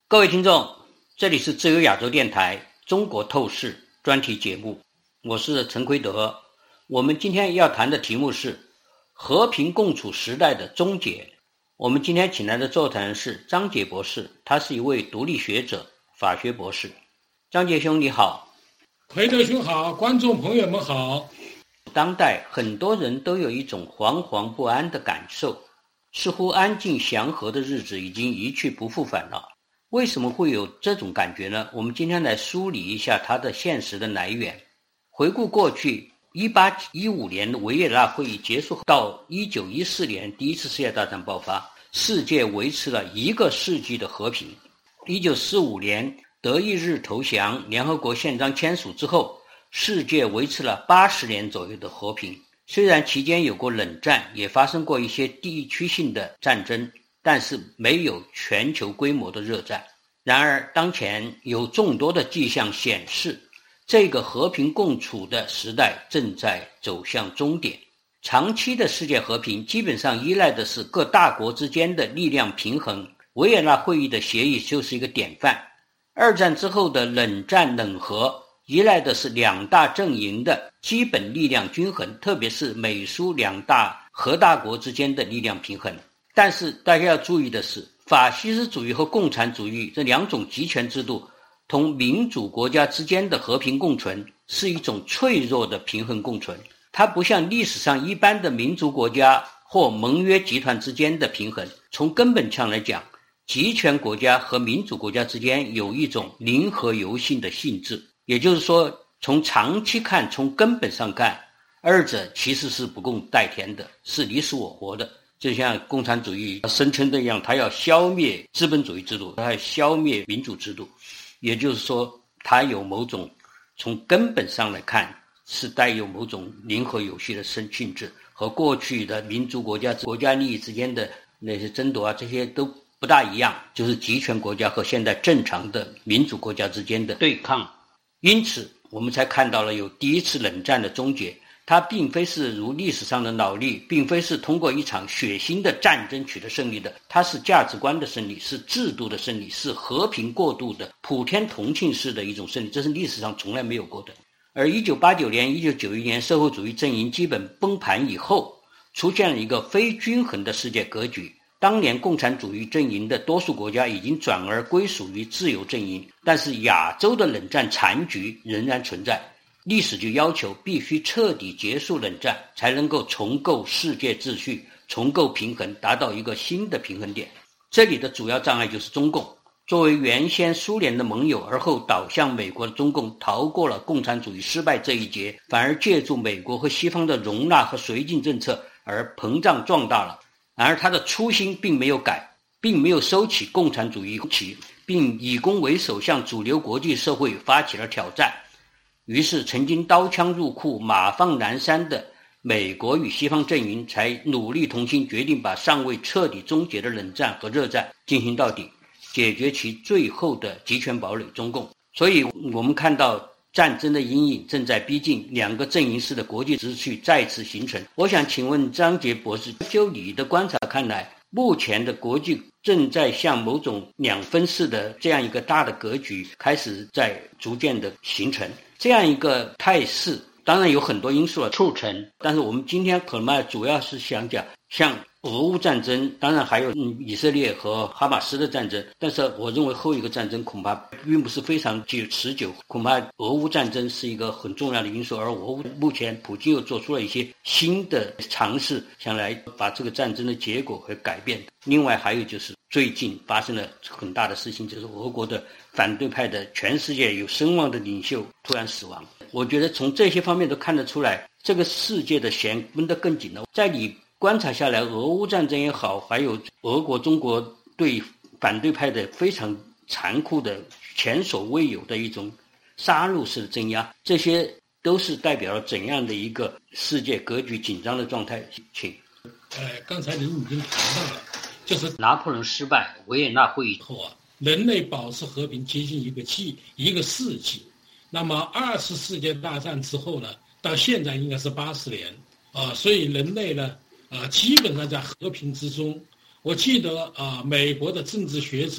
各位听众，这里是自由亚洲电台中国透视专题节目，我是陈奎德。我们今天要谈的题目是和平共处时代的终结。我们今天请来的座谈人是张杰博士，他是一位独立学者、法学博士。张杰兄你好。 奎德兄好，观众朋友们好。 当代很多人都有一种惶惶不安的感受，似乎安静祥和的日子已经一去不复返了。为什么会有这种感觉呢？我们今天来梳理一下它的现实的来源。回顾过去1815年的维也纳会议结束到1914年第一次世界大战爆发，世界维持了1个世纪的和平。1945年德意日投降，联合国宪章签署之后，世界维持了80年左右的和平。虽然期间有过冷战，也发生过一些地区性的战争，但是没有全球规模的热战。然而当前有众多的迹象显示，这个和平共处的时代正在走向终点。长期的世界和平基本上依赖的是各大国之间的力量平衡，维也纳会议的协议就是一个典范。二战之后的冷战冷和依赖的是两大阵营的基本力量均衡，特别是美苏两大核大国之间的力量平衡。但是大家要注意的是，法西斯主义和共产主义这两种集权制度同民主国家之间的和平共存是一种脆弱的平衡共存，它不像历史上一般的民族国家或盟约集团之间的平衡。从根本上来讲，集权国家和民主国家之间有一种零和游性的性质，也就是说，从长期看，从根本上看，二者其实是不共戴天的，是你死我活的。就像共产主义声称的一样，它要消灭资本主义制度，它要消灭民主制度，也就是说，它有某种从根本上来看是带有某种零和游戏的性质，和过去的民族国家利益之间的那些争夺这些都不大一样，就是集权国家和现在正常的民主国家之间的对抗。因此我们才看到了有第一次冷战的终结。它并非是如历史上的脑力，并非是通过一场血腥的战争取得胜利的，它是价值观的胜利，是制度的胜利，是和平过渡的普天同庆式的一种胜利，这是历史上从来没有过的。而1989年、1991年社会主义阵营基本崩盘以后，出现了一个非均衡的世界格局。当年共产主义阵营的多数国家已经转而归属于自由阵营，但是亚洲的冷战残局仍然存在。历史就要求必须彻底结束冷战，才能够重构世界秩序，重构平衡，达到一个新的平衡点。这里的主要障碍就是中共。作为原先苏联的盟友而后倒向美国的中共，逃过了共产主义失败这一劫，反而借助美国和西方的容纳和绥靖政策而膨胀壮大了。然而他的初心并没有改，并没有收起共产主义旗，并以攻为守，向主流国际社会发起了挑战。于是曾经刀枪入库、马放南山的美国与西方阵营才努力同心，决定把尚未彻底终结的冷战和热战进行到底，解决其最后的集权堡垒中共。所以我们看到战争的阴影正在逼近，两个阵营式的国际秩序再次形成。我想请问张杰博士，就你的观察看来，目前的国际正在向某种两分式的这样一个大的格局开始在逐渐的形成。这样一个态势当然有很多因素的促成，但是我们今天可能主要是想讲像俄乌战争，当然还有以色列和哈马斯的战争，但是我认为后一个战争恐怕并不是非常持久，恐怕俄乌战争是一个很重要的因素，而俄乌目前普京又做出了一些新的尝试，想来把这个战争的结果和改变。另外还有就是最近发生了很大的事情，就是俄国的反对派的全世界有声望的领袖突然死亡。我觉得从这些方面都看得出来，这个世界的弦绷得更紧了。在你观察下来，俄乌战争也好，还有俄国中国对反对派的非常残酷的前所未有的一种杀戮式的镇压，这些都是代表了怎样的一个世界格局紧张的状态？请。 刚才您已经谈到了，就是拿破仑失败，维也纳会议后人类保持和平接近一个世纪。那么20世界大战之后呢，到现在应该是80年所以人类呢基本上在和平之中。我记得美国的政治学者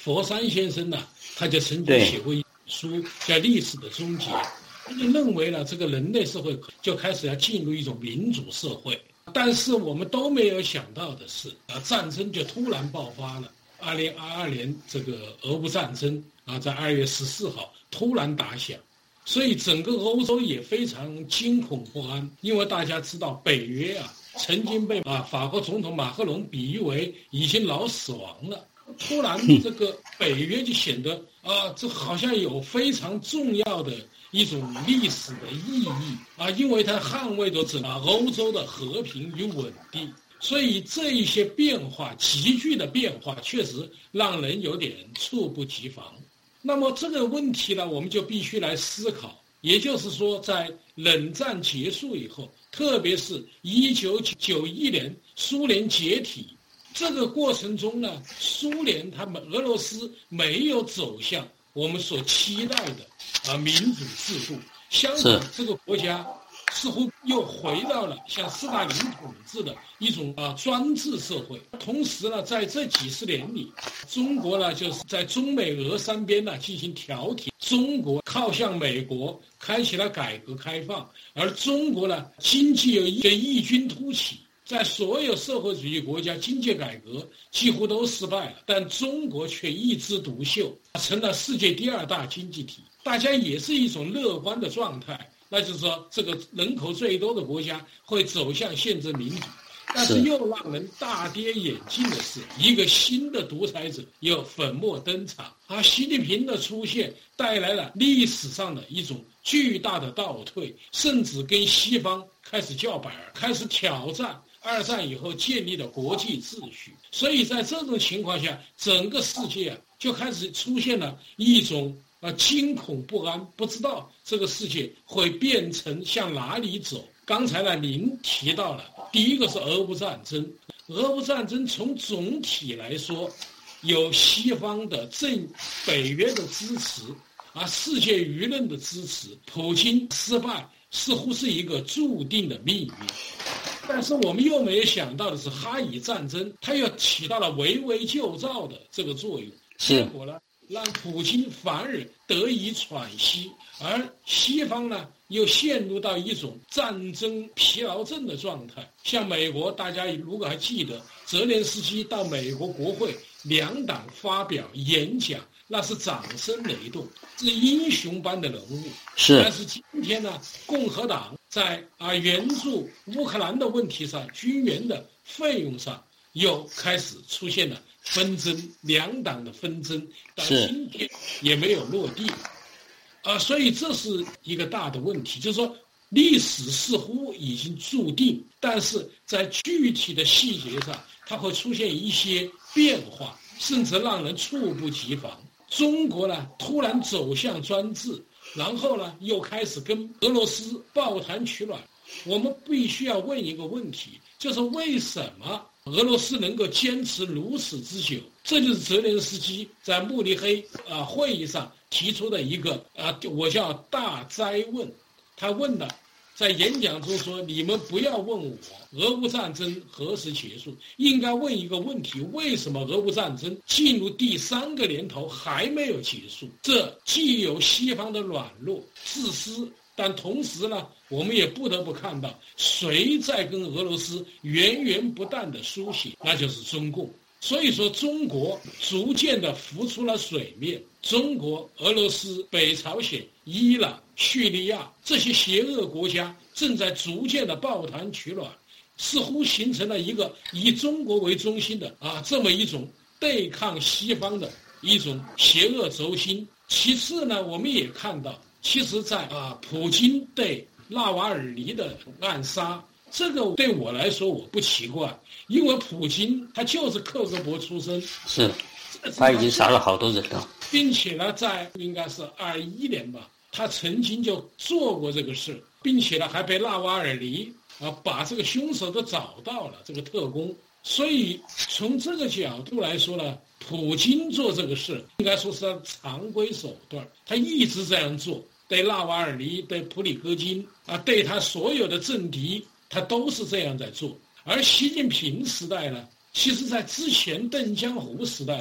佛山先生呢，他就曾经写过一本书叫《历史的终结》，他就认为呢，这个人类社会就开始要进入一种民主社会。但是我们都没有想到的是，战争就突然爆发了。2022年这个俄乌战争在2月14号突然打响，所以整个欧洲也非常惊恐不安。因为大家知道，北约曾经被法国总统马克龙比喻为已经老死亡了。突然这个北约就显得这好像有非常重要的一种历史的意义因为它捍卫着整个欧洲的和平与稳定。所以这一些变化，急剧的变化，确实让人有点猝不及防。那么这个问题呢，我们就必须来思考。也就是说，在冷战结束以后，特别是1991年苏联解体这个过程中呢，俄罗斯没有走向我们所期待的民主制度，相反，这个国家似乎又回到了像斯大林统治的一种专制社会。同时呢，在这几十年里，中国呢就是在中美俄三边呢进行调停，中国靠向美国，开启了改革开放，而中国呢经济又异军突起。在所有社会主义国家，经济改革几乎都失败了，但中国却一枝独秀，成了世界第2大经济体。大家也是一种乐观的状态，那就是说，这个人口最多的国家会走向宪政民主。但是又让人大跌眼镜的是，一个新的独裁者又粉墨登场。习近平的出现带来了历史上的一种巨大的倒退，甚至跟西方开始叫板，开始挑战2战以后建立的国际秩序。所以在这种情况下，整个世界就开始出现了一种惊恐不安，不知道这个世界会变成向哪里走。刚才呢，您提到了第一个是俄乌战争。俄乌战争从总体来说，有西方的北约的支持世界舆论的支持，普京失败似乎是一个注定的命运。但是我们又没有想到的是，哈以战争它又起到了围魏救赵的这个作用，结果呢，让普京反而得以喘息，而西方呢又陷入到一种战争疲劳症的状态。像美国，大家如果还记得，泽连斯基到美国国会2党发表演讲，那是掌声雷动，是英雄般的人物。但是今天呢，共和党在援助乌克兰的问题上，军援的费用上又开始出现了纷争，2党的纷争到今天也没有落地所以这是一个大的问题，就是说历史似乎已经注定，但是在具体的细节上，它会出现一些变化，甚至让人猝不及防。中国呢突然走向专制，然后呢又开始跟俄罗斯抱团取暖。我们必须要问一个问题，就是为什么俄罗斯能够坚持如此之久？这就是泽连斯基在慕尼黑会议上提出的一个我叫大灾问。他问的，在演讲中说，你们不要问我俄乌战争何时结束，应该问一个问题，为什么俄乌战争进入第3个年头还没有结束？这既有西方的软弱自私，但同时呢，我们也不得不看到谁在跟俄罗斯源源不断的书写，那就是中共。所以说中国逐渐的浮出了水面，中国、俄罗斯、北朝鲜、伊朗、叙利亚这些邪恶国家正在逐渐的抱团取暖，似乎形成了一个以中国为中心的这么一种对抗西方的一种邪恶轴心。其次呢，我们也看到，其实在普京对纳瓦尔尼的暗杀，这个对我来说我不奇怪，因为普京他就是克格勃出身， 他已经杀了好多人了， 并且呢，在应该是21年吧，他曾经就做过这个事，并且呢还被纳瓦尔尼把这个凶手都找到了，这个特工。所以从这个角度来说呢，普京做这个事应该说是他常规手段，他一直这样做，对纳瓦尔尼、对普里戈金对他所有的政敌，他都是这样在做。而习近平时代呢，其实在之前邓江湖时代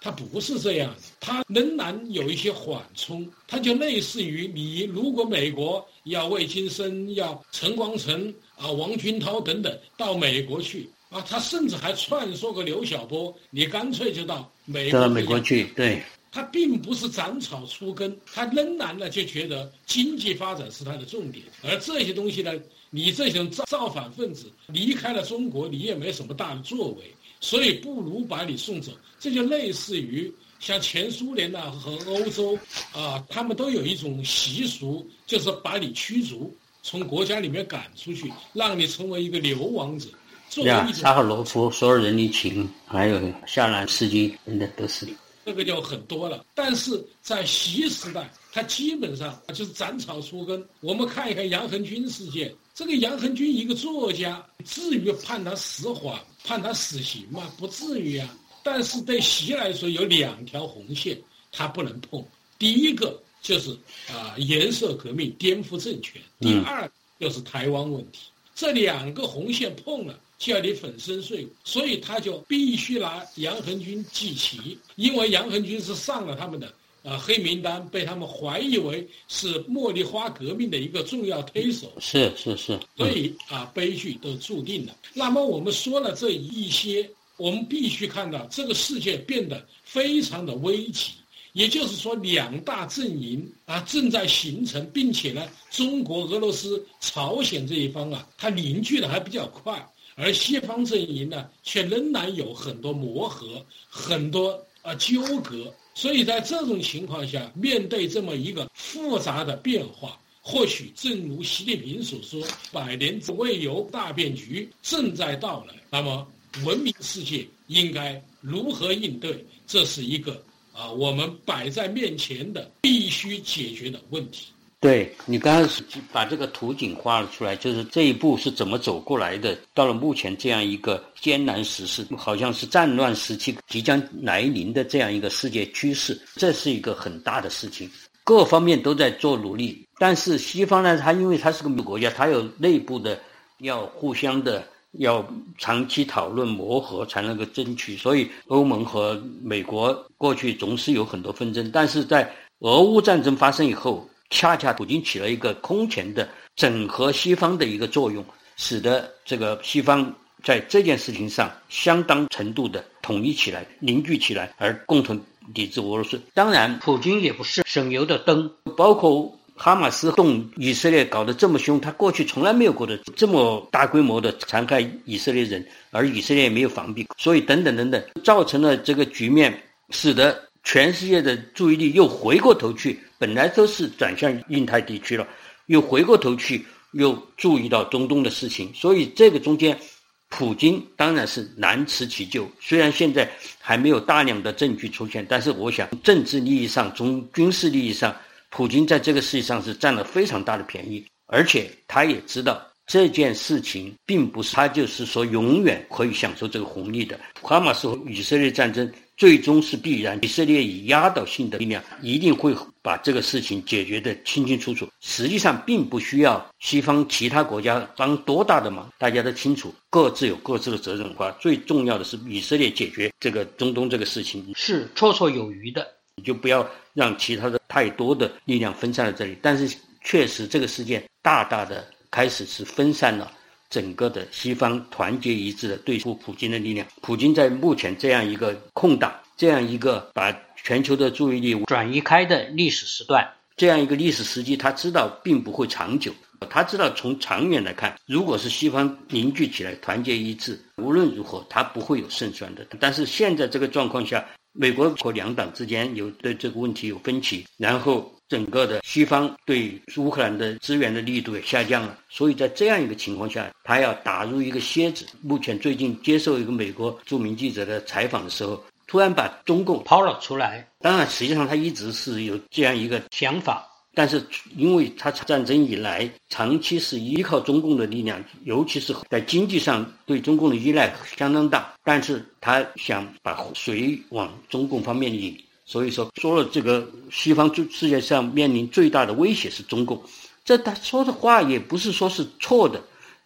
它不是这样的，它仍然有一些缓冲，它就类似于你如果美国要魏京生、要陈光诚王军涛等等到美国去他甚至还串说个刘晓波，你干脆就到美国去，对。 他并不是斩草除根，他仍然呢就觉得经济发展是他的重点，而这些东西呢，你这种造反分子离开了中国，你也没什么大的作为，所以不如把你送走。这就类似于像前苏联和欧洲他们都有一种习俗，就是把你驱逐，从国家里面赶出去，让你成为一个流亡者。 沙赫罗夫、索尔仁尼琴，还有夏兰斯基等等都是。 这个就很多了，但是在习时代，他基本上就是斩草除根。我们看一看杨恒军事件，这个杨恒军一个作家，至于判他死缓、判他死刑吗？不至于啊。但是对习来说，有2条红线，他不能碰。第一个就是颜色革命、颠覆政权；第二就是台湾问题。这2个红线碰了，就要你粉身碎骨，所以他就必须拿杨恒军祭旗，因为杨恒军是上了他们的黑名单，被他们怀疑为是茉莉花革命的一个重要推手。 是， 所以悲剧都注定了。那么我们说了这一些，我们必须看到这个世界变得非常的危急。也就是说，2大阵营正在形成，并且呢，中国、俄罗斯、朝鲜这一方它凝聚的还比较快，而西方阵营呢，却仍然有很多磨合，很多纠葛。所以在这种情况下，面对这么一个复杂的变化，或许正如习近平所说，100年未有大变局正在到来。那么，文明世界应该如何应对？这是一个我们摆在面前的必须解决的问题。 对，你刚刚把这个图景画了出来，就是这一步是怎么走过来的，到了目前这样一个艰难时事，好像是战乱时期即将来临的这样一个世界趋势，这是一个很大的事情，各方面都在做努力。但是西方呢，因为它是个国家，它有内部的要互相的要长期讨论磨合才能够争取，所以欧盟和美国过去总是有很多纷争，但是在俄乌战争发生以后，恰恰普京起了一个空前的整合西方的一个作用，使得这个西方在这件事情上相当程度的统一起来、凝聚起来，而共同抵制俄罗斯。当然普京也不是省油的灯，包括哈马斯动以色列搞得这么凶，他过去从来没有过的这么大规模的残害以色列人，而以色列也没有防备，所以等等等等，造成了这个局面，使得全世界的注意力又回过头去，本来都是转向印太地区了，又回过头去又注意到中东的事情，所以这个中间普京当然是难辞其咎。虽然现在还没有大量的证据出现，但是我想政治利益上、从军事利益上，普京在这个事情上是占了非常大的便宜，而且他也知道这件事情并不是他就是说永远可以享受这个红利的。哈马斯和以色列战争最终是必然，以色列以压倒性的力量一定会把这个事情解决得清清楚楚。实际上并不需要西方其他国家帮多大的忙，大家都清楚，各自有各自的责任化。最重要的是以色列解决这个中东这个事情是绰绰有余的，你就不要让其他的太多的力量分散在这里。但是确实这个事件大大的开始是分散了整个的西方团结一致的对付普京的力量。普京在目前这样一个空档，这样一个把全球的注意力转移开的历史时段，这样一个历史时机，他知道并不会长久。他知道从长远来看，如果是西方凝聚起来团结一致，无论如何他不会有胜算的。但是现在这个状况下，美国和两党之间有对这个问题有分歧，然后整个的西方对乌克兰的支援的力度也下降了，所以在这样一个情况下，他要打入一个楔子。目前最近接受一个美国著名记者的采访的时候，突然把中共抛了出来。当然实际上他一直是有这样一个想法，但是因为他战争以来长期是依靠中共的力量，尤其是在经济上对中共的依赖相当大，但是他想把水往中共方面引，所以说了这个西方世界上面临最大的威胁是中共。这他说的话也不是说是错的，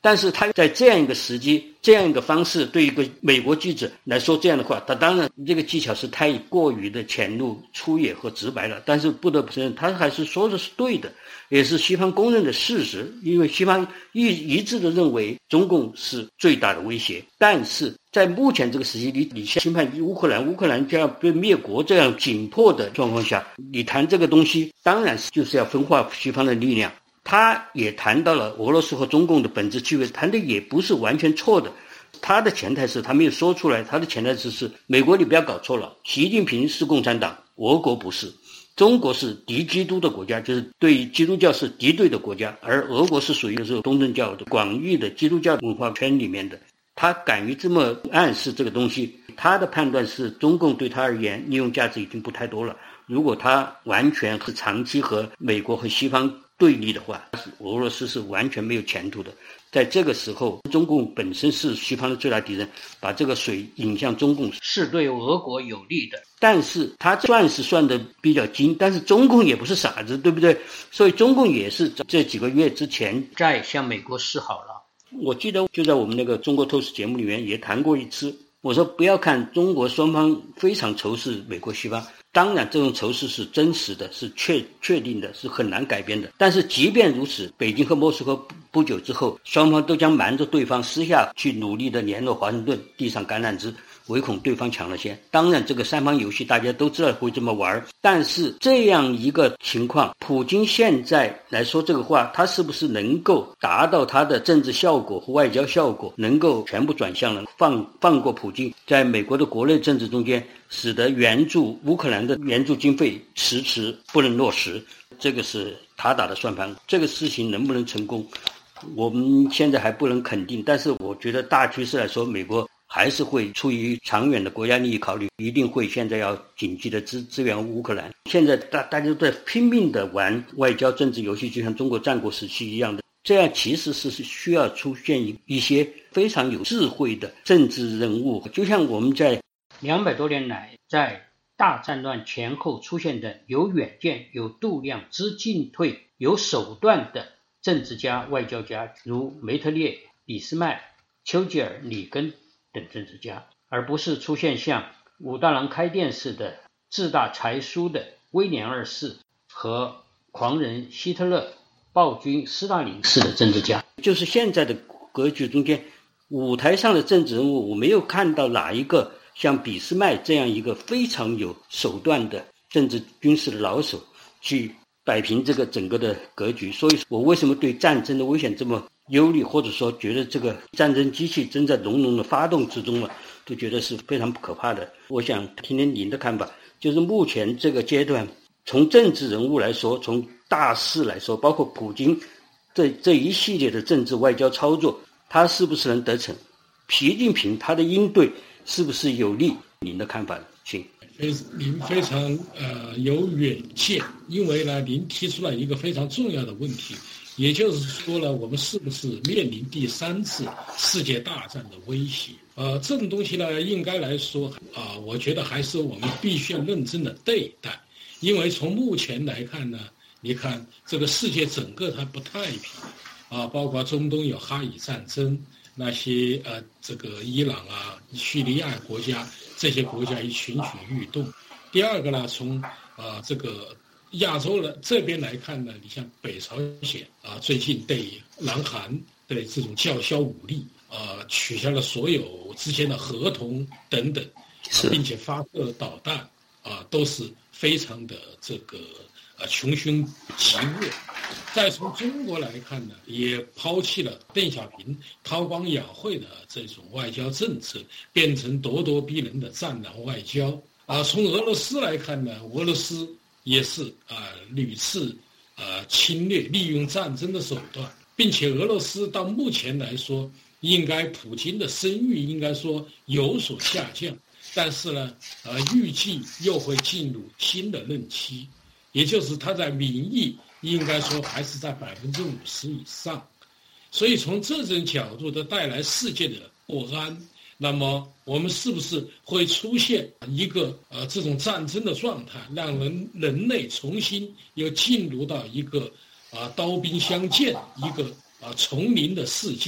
但是他在这样一个时机、这样一个方式对一个美国记者来说这样的话，他当然这个技巧是太过于的浅入粗野和直白了，但是不得不承认他还是说的是对的，也是西方公认的事实，因为西方一致的认为中共是最大的威胁。但是在目前这个时期，你侵犯乌克兰将要被灭国这样紧迫的状况下，你谈这个东西当然就是要分化西方的力量。他也谈到了俄罗斯和中共的本质区别，谈的也不是完全错的。他的潜台词他没有说出来，他的潜台词是美国你不要搞错了，习近平是共产党，俄国不是，中国是敌基督的国家，就是对基督教是敌对的国家，而俄国是属于东正教的广义的基督教文化圈里面的。他敢于这么暗示这个东西，他的判断是中共对他而言利用价值已经不太多了，如果他完全是长期和美国和西方对立的话，俄罗斯是完全没有前途的。在这个时候，中共本身是西方的最大敌人，把这个水引向中共是对俄国有利的。但是他算的比较精，但是中共也不是傻子，对不对？所以中共也是这几个月之前在向美国示好了。我记得就在我们那个中国透视节目里面也谈过一次，我说不要看中国双方非常仇视美国西方，当然这种仇视是真实的，是确定的，是很难改变的。但是即便如此，北京和莫斯科不久之后，双方都将瞒着对方私下去努力的联络华盛顿，递上橄榄枝，唯恐对方抢了先。当然这个三方游戏大家都知道会这么玩，但是这样一个情况，普京现在来说这个话，他是不是能够达到他的政治效果和外交效果，能够全部转向了放过普京，在美国的国内政治中间使得援助乌克兰的援助经费迟迟不能落实，这个是他打的算盘。这个事情能不能成功，我们现在还不能肯定，但是我觉得大趋势来说，美国还是会出于长远的国家利益考虑，一定会现在要紧急的支援乌克兰。现在大家都在拼命的玩外交政治游戏，就像中国战国时期一样的，这样其实是需要出现一些非常有智慧的政治人物，就像我们在200多年来在大战乱前后出现的有远见、有度量、知进退、有手段的政治家、外交家，如梅特列、俾斯麦、丘吉尔、里根等政治家，而不是出现像武大郎开店似的志大才疏的威廉二世和狂人希特勒、暴君斯大林式的政治家。就是现在的格局中间，舞台上的政治人物，我没有看到哪一个像俾斯麦这样一个非常有手段的政治军事的老手去摆平这个整个的格局。所以我为什么对战争的危险这么忧虑，或者说觉得这个战争机器正在浓浓的发动之中了，都觉得是非常可怕的。我想听听您的看法，就是目前这个阶段，从政治人物来说，从大势来说，包括普京这一系列的政治外交操作，他是不是能得逞？习近平他的应对是不是有利？您的看法，请。 您非常有远见，因为呢，您提出了一个非常重要的问题，也就是说呢，我们是不是面临第3次世界大战的威胁？这种东西呢，应该来说我觉得还是我们必须要认真的对待，因为从目前来看呢，你看这个世界整个它不太平包括中东有哈以战争，那些这个伊朗叙利亚国家，这些国家也蠢蠢欲动。第二个呢，从这个亚洲的这边来看呢，你像北朝鲜最近对南韩的这种叫嚣武力取消了所有之间的合同等等并且发射导弹都是非常的这个穷凶极恶。再从中国来看呢，也抛弃了邓小平韬光养晦的这种外交政策，变成咄咄逼人的战狼外交从俄罗斯来看呢，俄罗斯也是屡次侵略，利用战争的手段，并且俄罗斯到目前来说，应该普京的声誉应该说有所下降，但是呢预计又会进入新的任期，也就是他在民意应该说还是在50%以上，所以从这种角度的带来世界的不安，那么我们是不是会出现一个这种战争的状态，让人类重新又进入到一个刀兵相见，一个丛林的世界，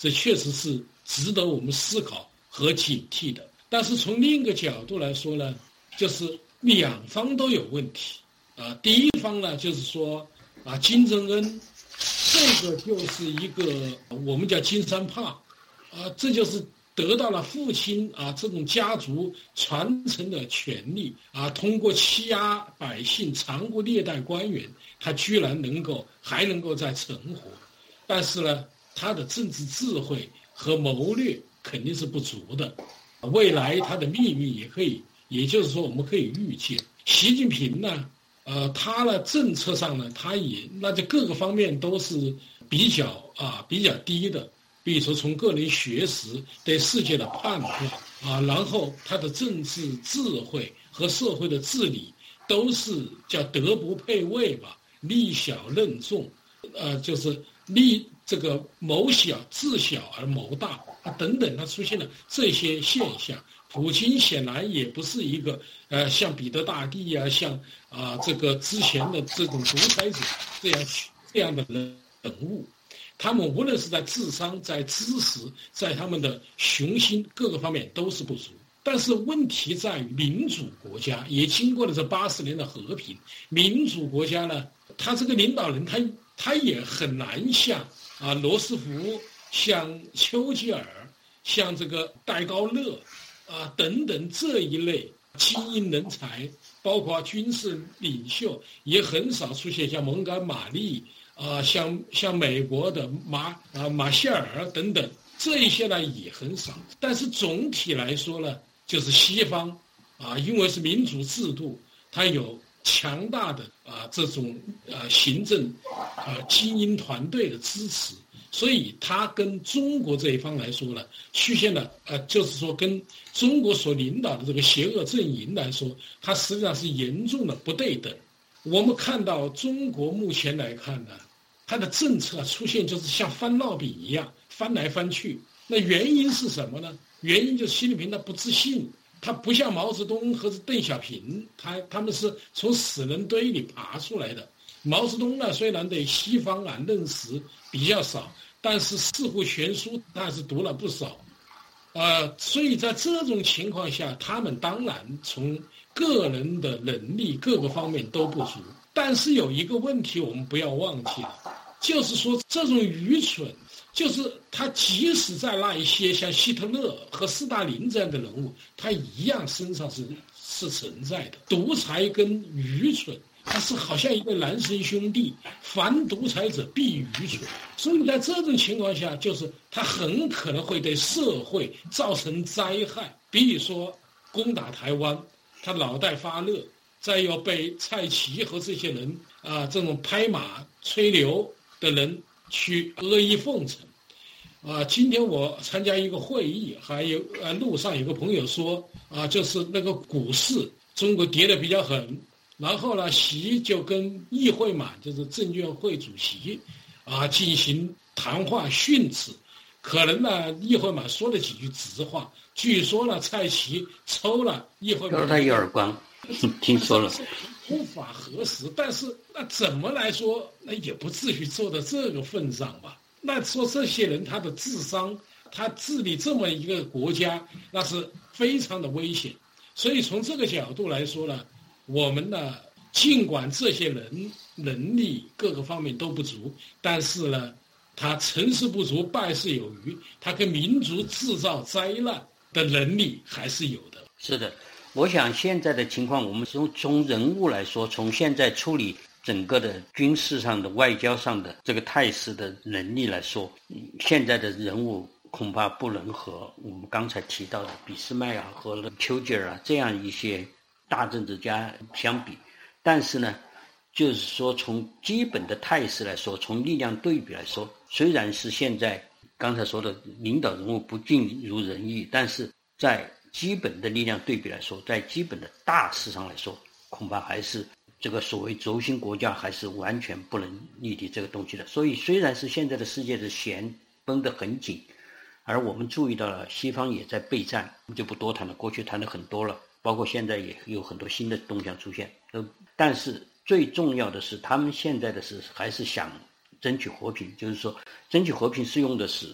这确实是值得我们思考和警惕的。但是从另一个角度来说呢，就是两方都有问题第一方呢，就是说金正恩这个就是一个我们叫金三胖这就是得到了父亲这种家族传承的权利通过欺压百姓、残酷虐待官员，他居然还能够再存活。但是呢，他的政治智慧和谋略肯定是不足的。未来他的命运也就是说我们可以预见，习近平呢，他的政策上呢，他也那就各个方面都是比较低的。比如说从个人学识对世界的判断然后他的政治智慧和社会的治理都是叫德不配位吧，力小任重，就是这个谋小治小而谋大等等，他出现了这些现象。普京显然也不是一个像彼得大帝像这个之前的这种独裁者这样的人物。他们无论是在智商、在知识、在他们的雄心各个方面都是不足。但是问题在于，民主国家也经过了这80年的和平，民主国家呢，他这个领导人他也很难像罗斯福、像丘吉尔、像这个戴高乐等等这一类精英人才，包括军事领袖，也很少出现像蒙哥马利。像美国的马歇尔等等，这一些呢也很少。但是总体来说呢，就是西方因为是民主制度，它有强大的这种行政精英团队的支持，所以它跟中国这一方来说呢，出现了就是说跟中国所领导的这个邪恶阵营来说，它实际上是严重的不对等。我们看到中国目前来看呢，它的政策出现就是像翻烙饼一样翻来翻去。那原因是什么呢？原因就是习近平他不自信，他不像毛泽东和邓小平，他们是从死人堆里爬出来的。毛泽东呢，虽然对西方认识比较少，但是四库全书他是读了不少。所以在这种情况下，他们当然从个人的能力各个方面都不足。但是有一个问题我们不要忘记了，就是说这种愚蠢，就是他即使在那一些像希特勒和斯大林这样的人物，他一样身上是存在的。独裁跟愚蠢，它是好像一对孪生兄弟，凡独裁者必愚蠢。所以在这种情况下，就是他很可能会对社会造成灾害。比如说攻打台湾，他脑袋发热，再又被蔡奇和这些人这种拍马吹牛的人去阿谀奉承。今天我参加一个会议，还有路上有个朋友说就是那个股市中国跌得比较狠，然后呢，习就跟议会嘛，就是证监会主席进行谈话训斥。可能呢，议会嘛说了几句直话，据说呢，蔡奇抽了议会他一耳光，听说了， 无法核实。但是那怎么来说，那也不至于做到这个份上吧？那说这些人他的智商，他治理这么一个国家，那是非常的危险。所以从这个角度来说呢，我们呢，尽管这些人能力各个方面都不足，但是呢，他成事不足败事有余，他给民族制造灾难的能力还是有的。 是的，我想现在的情况，我们从人物来说，从现在处理整个的军事上的、外交上的这个态势的能力来说，现在的人物恐怕不能和我们刚才提到的俾斯麦和丘吉尔这样一些大政治家相比。但是呢，就是说从基本的态势来说，从力量对比来说，虽然是现在刚才说的领导人物不尽如人意，但是在基本的力量对比来说，在基本的大事上来说，恐怕还是这个所谓轴心国家还是完全不能立敌这个东西的。所以虽然是现在的世界的弦绷得很紧，而我们注意到了西方也在备战，就不多谈了，过去谈了很多了，包括现在也有很多新的动向出现。但是最重要的是，他们现在的是还是想争取和平，就是说争取和平是用的是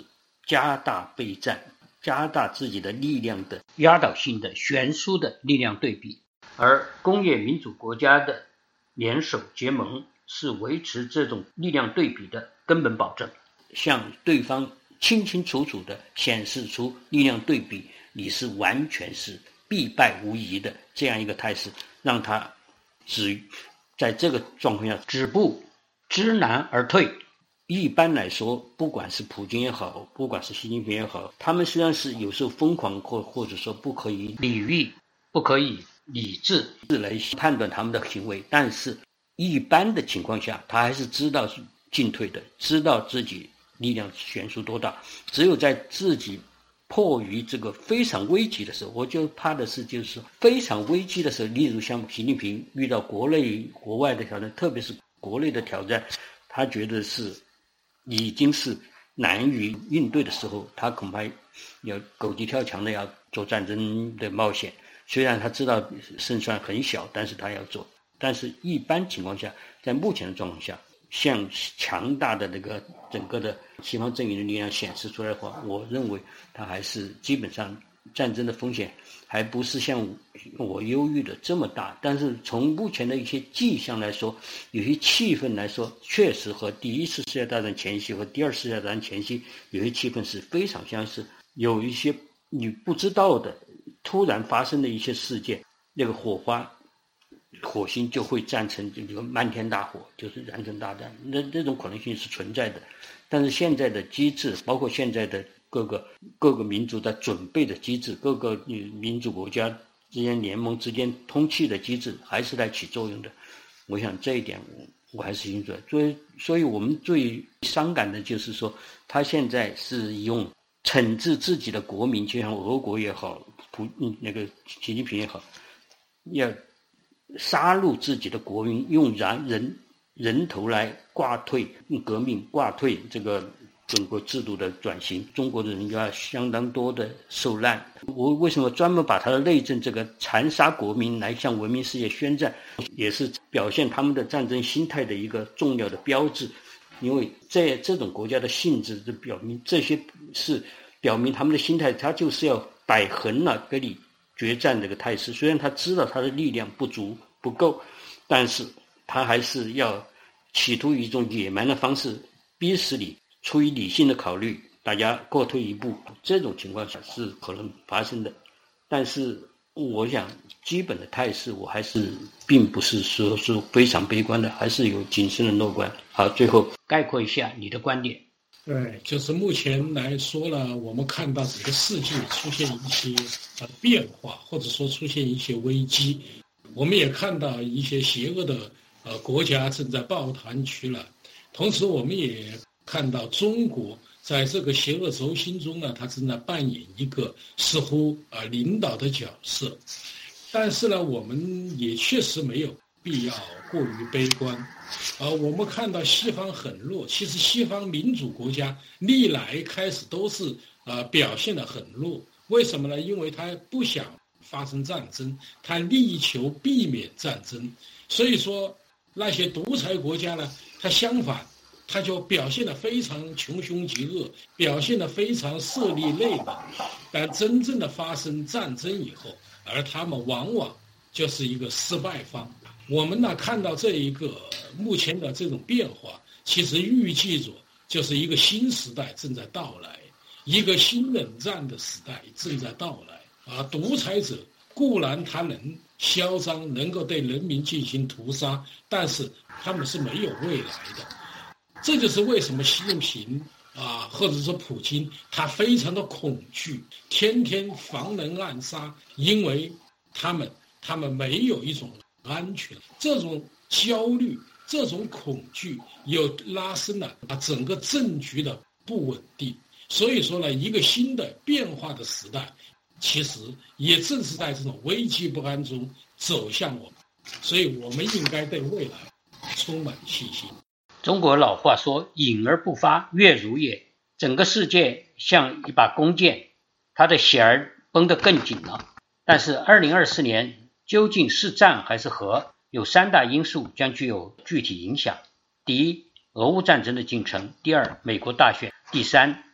加大备战，加大自己的力量的压倒性的悬殊的力量对比，而工业民主国家的联手结盟是维持这种力量对比的根本保证，向对方清清楚楚地显示出力量对比你是完全是必败无疑的这样一个态势，让他在这个状况下止步知难而退。一般来说，不管是普京也好，不管是习近平也好，他们虽然是有时候疯狂或者说不可以理喻，不可以理智来判断他们的行为，但是一般的情况下，他还是知道进退的，知道自己力量悬殊多大。只有在自己迫于这个非常危急的时候，我就怕的是就是非常危机的时候，例如像习近平遇到国内国外的挑战，特别是国内的挑战，他觉得是已经是难于应对的时候，他恐怕要狗急跳墙的要做战争的冒险。虽然他知道胜算很小，但是他要做。但是一般情况下，在目前的状况下，向强大的那个整个的西方阵营的力量显示出来的话，我认为他还是基本上战争的风险还不是像我忧郁的这么大。但是从目前的一些迹象来说，有些气氛来说，确实和第一次世界大战前夕和第二次世界大战前夕有些气氛是非常相似，有一些你不知道的突然发生的一些事件，那个火花火星就会战成这个漫天大火，就是燃成大战，那种可能性是存在的。但是现在的机制，包括现在的各个民族的准备的机制，各个民主国家之间联盟之间通气的机制还是在起作用的。我想这一点我还是清楚的。所以我们最伤感的就是说，他现在是用惩治自己的国民，就像俄国也好，那个习近平也好，要杀戮自己的国民，用人头来挂退革命，挂退这个中国制度的转型，中国的人要相当多的受难。我为什么专门把他的内政这个残杀国民来向文明世界宣战，也是表现他们的战争心态的一个重要的标志。因为在这种国家的性质就表明，这些是表明他们的心态，他就是要摆横了跟你决战这个态势。虽然他知道他的力量不足不够，但是他还是要企图以一种野蛮的方式逼使你出于理性的考虑，大家各退一步。这种情况下是可能发生的，但是我想基本的态势我还是并不是说是非常悲观的，还是有谨慎的乐观。好，最后概括一下你的观点。 对，就是目前来说呢，我们看到整个世界出现一些变化，或者说出现一些危机。我们也看到一些邪恶的国家正在抱团取暖，同时我们也看到中国在这个邪恶轴心中呢，它正在扮演一个似乎领导的角色。但是呢，我们也确实没有必要过于悲观。我们看到西方很弱，其实西方民主国家历来开始都是表现得很弱。为什么呢？因为他不想发生战争，他力求避免战争。所以说那些独裁国家呢，他相反，他就表现得非常穷凶极恶，表现得非常设立内乱。但真正的发生战争以后，而他们往往就是一个失败方。我们呢看到这一个目前的这种变化，其实预计着就是一个新时代正在到来，一个新冷战的时代正在到来。独裁者固然他能嚣张，能够对人民进行屠杀，但是他们是没有未来的。这就是为什么习近平或者说普京他非常的恐惧，天天防人暗杀，因为他们没有一种安全。这种焦虑，这种恐惧又拉伸了整个政局的不稳定。所以说呢，一个新的变化的时代其实也正是在这种危机不安中走向我们，所以我们应该对未来充满信心。 中国老话说，隐而不发，月如也。整个世界像一把弓箭，它的弦儿绷得更紧了。但是2024年究竟是战还是和，有3大因素将具有具体影响。第一，俄乌战争的进程；第二，美国大选；第三，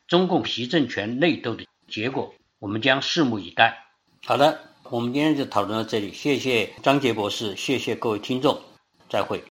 中共习政权内斗的结果，我们将拭目以待。好的，我们今天就讨论到这里，谢谢张杰博士，谢谢各位听众，再会。